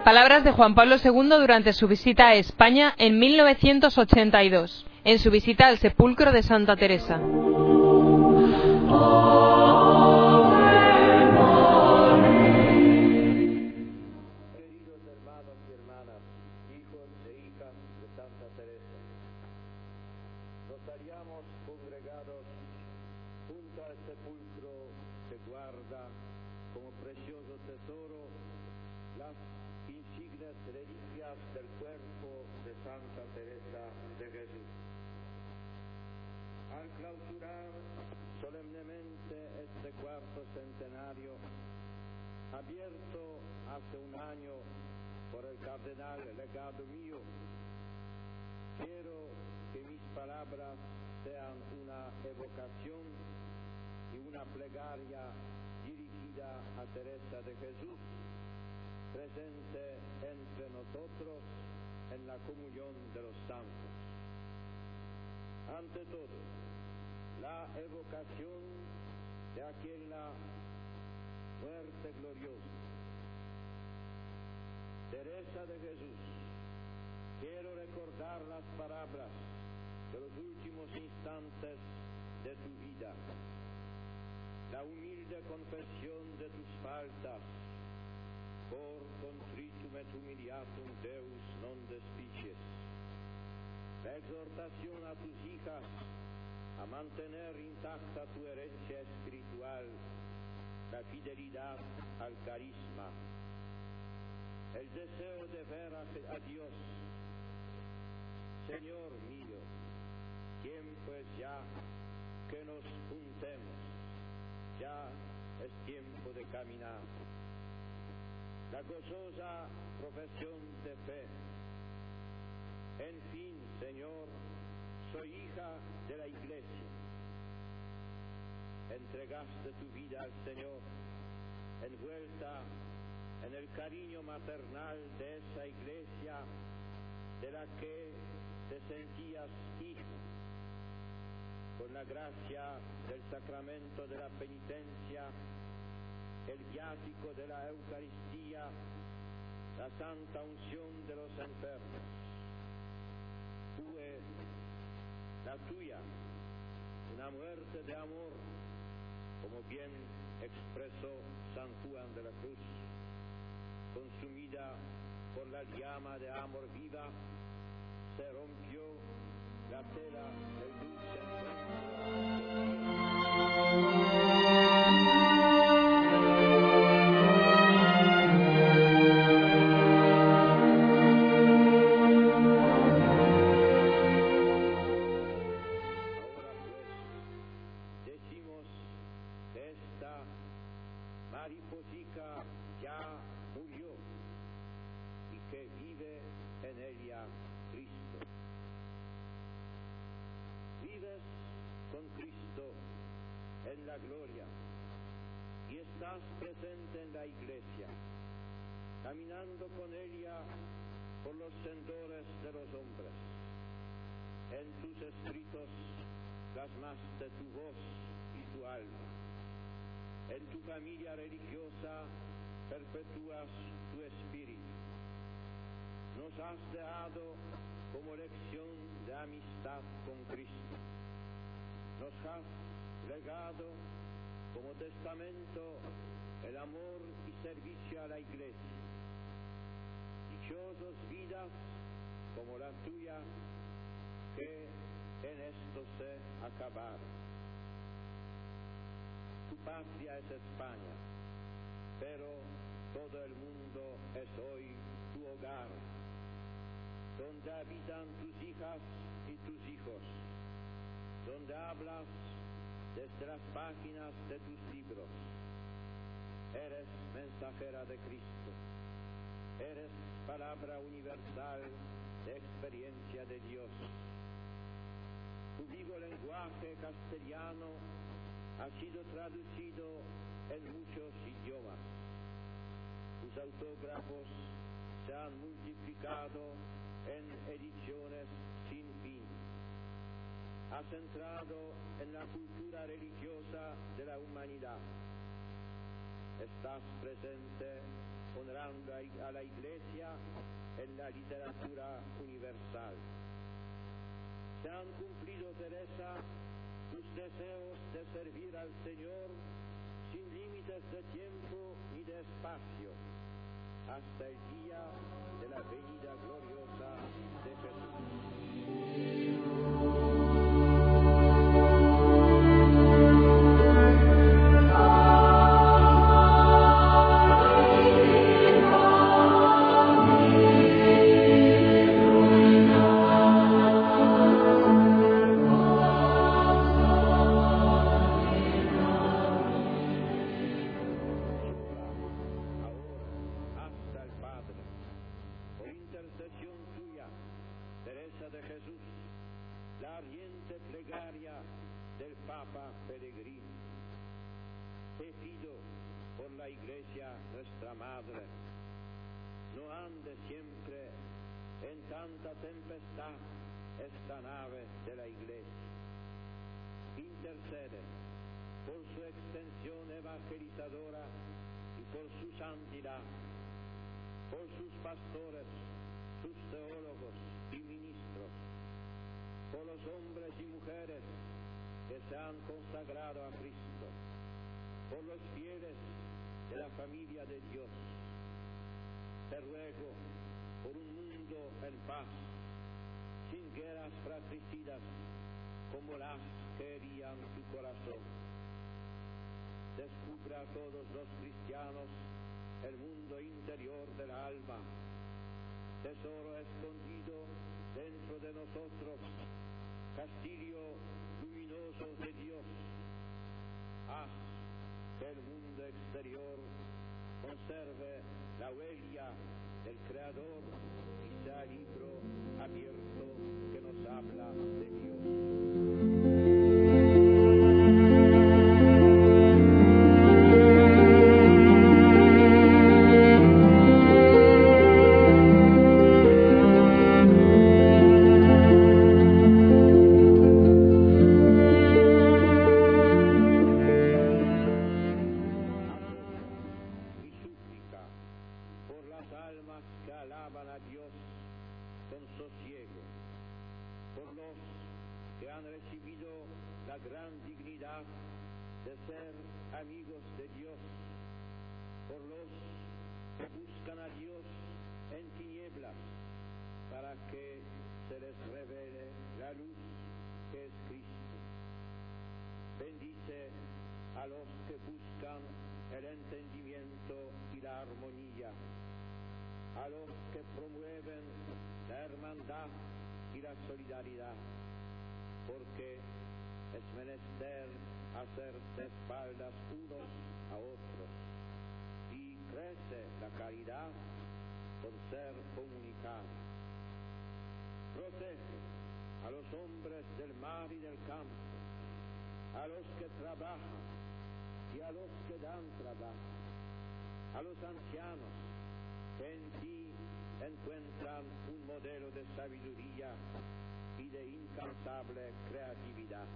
Palabras de Juan Pablo II durante su visita a España en 1982, en su visita al sepulcro de Santa Teresa. Como precioso tesoro las insignes reliquias del cuerpo de Santa Teresa de Jesús. Al clausurar solemnemente este cuarto centenario, abierto hace un año por el cardenal legado mío, quiero que mis palabras sean una evocación y una plegaria dirigida a Teresa de Jesús, presente entre nosotros en la comunión de los santos. Ante todo, la evocación de aquella muerte gloriosa. Teresa de Jesús, quiero recordar las palabras de los últimos instantes de tu vida, la humilde confesión de tus faltas, por contritum et humiliatum Deus non despicies, la exhortación a tus hijas a mantener intacta tu herencia espiritual, la fidelidad al carisma, el deseo de ver a Dios. Señor mío, tiempo es ya que nos juntemos, ya es tiempo de caminar. La gozosa profesión de fe. En fin, Señor, soy hija de la Iglesia. Entregaste tu vida al Señor, envuelta en el cariño maternal de esa Iglesia de la que te sentías hijo. Con la gracia del sacramento de la penitencia, el viático de la Eucaristía, la santa unción de los enfermos. Tuve la tuya, una muerte de amor, como bien expresó San Juan de la Cruz, consumida por la llama de amor viva, se rompió la tela del dulce encuentro. Ahora pues, decimos que esta mariposica ya murió y que vive en ella Cristo. Vives con Cristo en la gloria y estás presente en la Iglesia, caminando con ella por los sendores de los hombres. En tus escritos plasmaste tu voz y tu alma. En tu familia religiosa perpetúas tu espíritu. Nos has dejado como lección de amistad con Cristo. Nos has legado como testamento el amor y servicio a la Iglesia. Dichosos vidas como la tuya, que en esto se acabaron. Tu patria es España, pero todo el mundo es hoy tu hogar, donde habitan tus hijas y tus hijos, donde hablas desde las páginas de tus libros. Eres mensajera de Cristo, eres palabra universal de experiencia de Dios. Tu vivo lenguaje castellano ha sido traducido en muchos idiomas. Tus autógrafos se han multiplicado en ediciones sin fin. Has entrado en la cultura religiosa de la humanidad. Estás presente honrando a la Iglesia en la literatura universal. Se han cumplido, Teresa, tus deseos de servir al Señor sin límites de tiempo ni de espacio, hasta el día de la venida gloriosa de Jesús. Teresa de Jesús, la ardiente plegaria del Papa Peregrino. Te pido por la Iglesia nuestra Madre, no ande siempre en tanta tempestad esta nave de la Iglesia. Intercede por su extensión evangelizadora y por su santidad, por sus pastores, sus teólogos y ministros, por los hombres y mujeres que se han consagrado a Cristo, por los fieles de la familia de Dios. Te ruego por un mundo en paz, sin guerras fratricidas como las que herían tu corazón. Descubra a todos los cristianos el mundo interior del alma, tesoro escondido dentro de nosotros, castillo luminoso de Dios. Haz que el mundo exterior conserve la huella del Creador y sea libro abierto que nos habla de Dios. A los que buscan el entendimiento y la armonía, a los que promueven la hermandad y la solidaridad, porque es menester hacerse espaldas unos a otros, y crece la caridad con ser comunicada. Protege a los hombres del mar y del campo, a los que trabajan y a los que dan trabajo, a los ancianos que en ti encuentran un modelo de sabiduría y de incansable creatividad.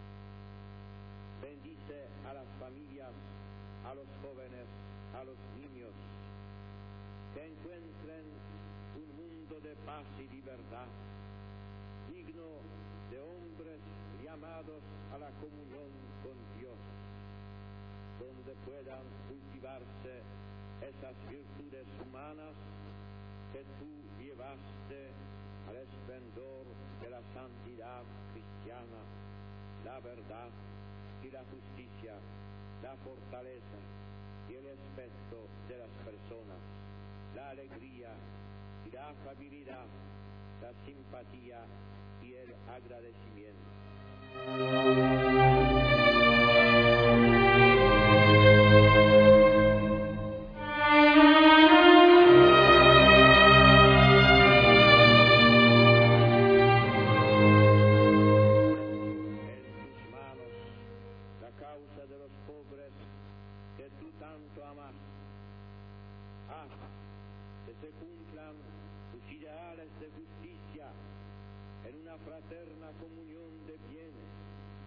Bendice a las familias, a los jóvenes, a los niños, que encuentren un mundo de paz y libertad, digno de hombres llamados a la comunión con Dios, donde puedan cultivarse esas virtudes humanas que tú llevaste al esplendor de la santidad cristiana, la verdad y la justicia, la fortaleza y el respeto de las personas, la alegría y la afabilidad, la simpatía y el agradecimiento. Fraterna comunión de bienes,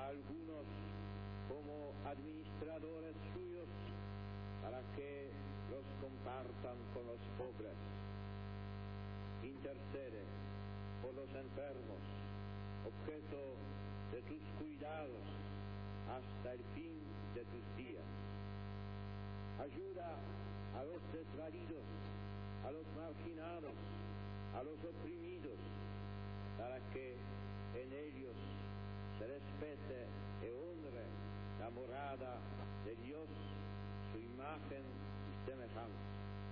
algunos como administradores suyos para que los compartan con los pobres. Intercede por los enfermos, objeto de tus cuidados hasta el fin de tus días. Ayuda a los desvalidos, a los marginados, a los oprimidos, para que en ellos se respete y honre la morada de Dios, su imagen y semejanza.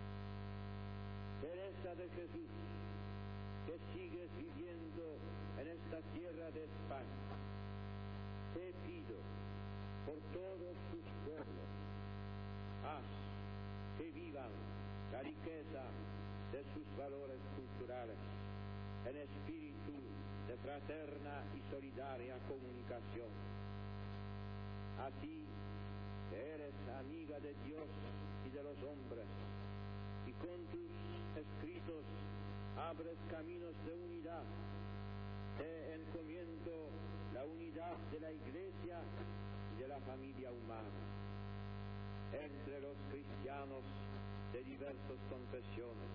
Teresa de Jesús, que sigues viviendo en esta tierra de España, te pido por todos tus pueblos, haz que vivan la riqueza de sus valores culturales en espíritu de fraterna y solidaria comunicación. A ti, que eres amiga de Dios y de los hombres, y con tus escritos abres caminos de unidad, te encomiendo la unidad de la Iglesia y de la familia humana. Entre los cristianos de diversas confesiones,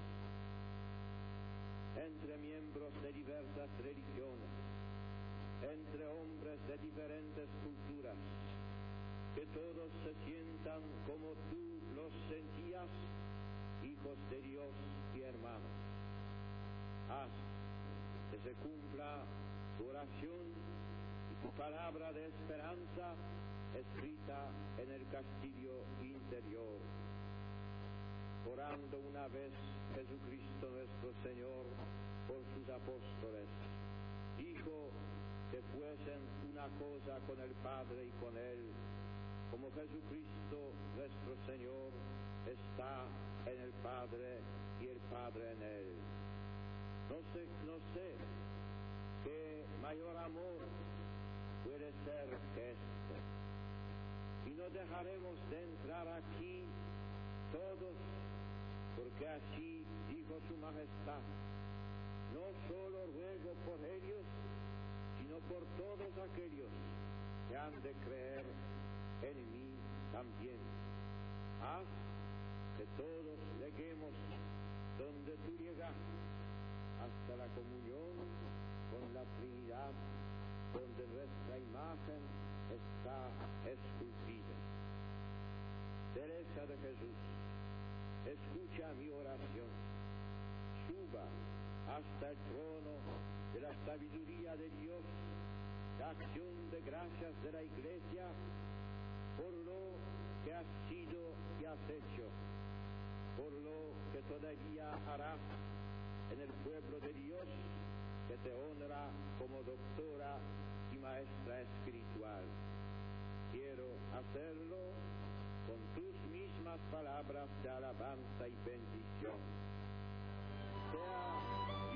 entre miembros de diversas religiones, entre hombres de diferentes culturas, que todos se sientan como tú los sentías, hijos de Dios y hermanos. Haz que se cumpla tu oración y tu palabra de esperanza escrita en el castillo interior. Orando una vez Jesucristo nuestro Señor por sus apóstoles, dijo que fuesen una cosa con el Padre y con Él, como Jesucristo nuestro Señor está en el Padre y el Padre en Él. No sé qué mayor amor puede ser que este. Y no dejaremos de entrar aquí todos, porque así dijo su majestad: no solo ruego por ellos, sino por todos aquellos que han de creer en mí también. Haz que todos lleguemos donde tú llegaste, hasta la comunión con la Trinidad, donde nuestra imagen está esculpida. Teresa de Jesús, escucha mi oración, suba hasta el trono de la sabiduría de Dios, la acción de gracias de la Iglesia, por lo que has sido y has hecho, por lo que todavía harás en el pueblo de Dios, que te honra como doctora y maestra espiritual. Quiero hacerlo con tus mismas palabras de alabanza y bendición. Sea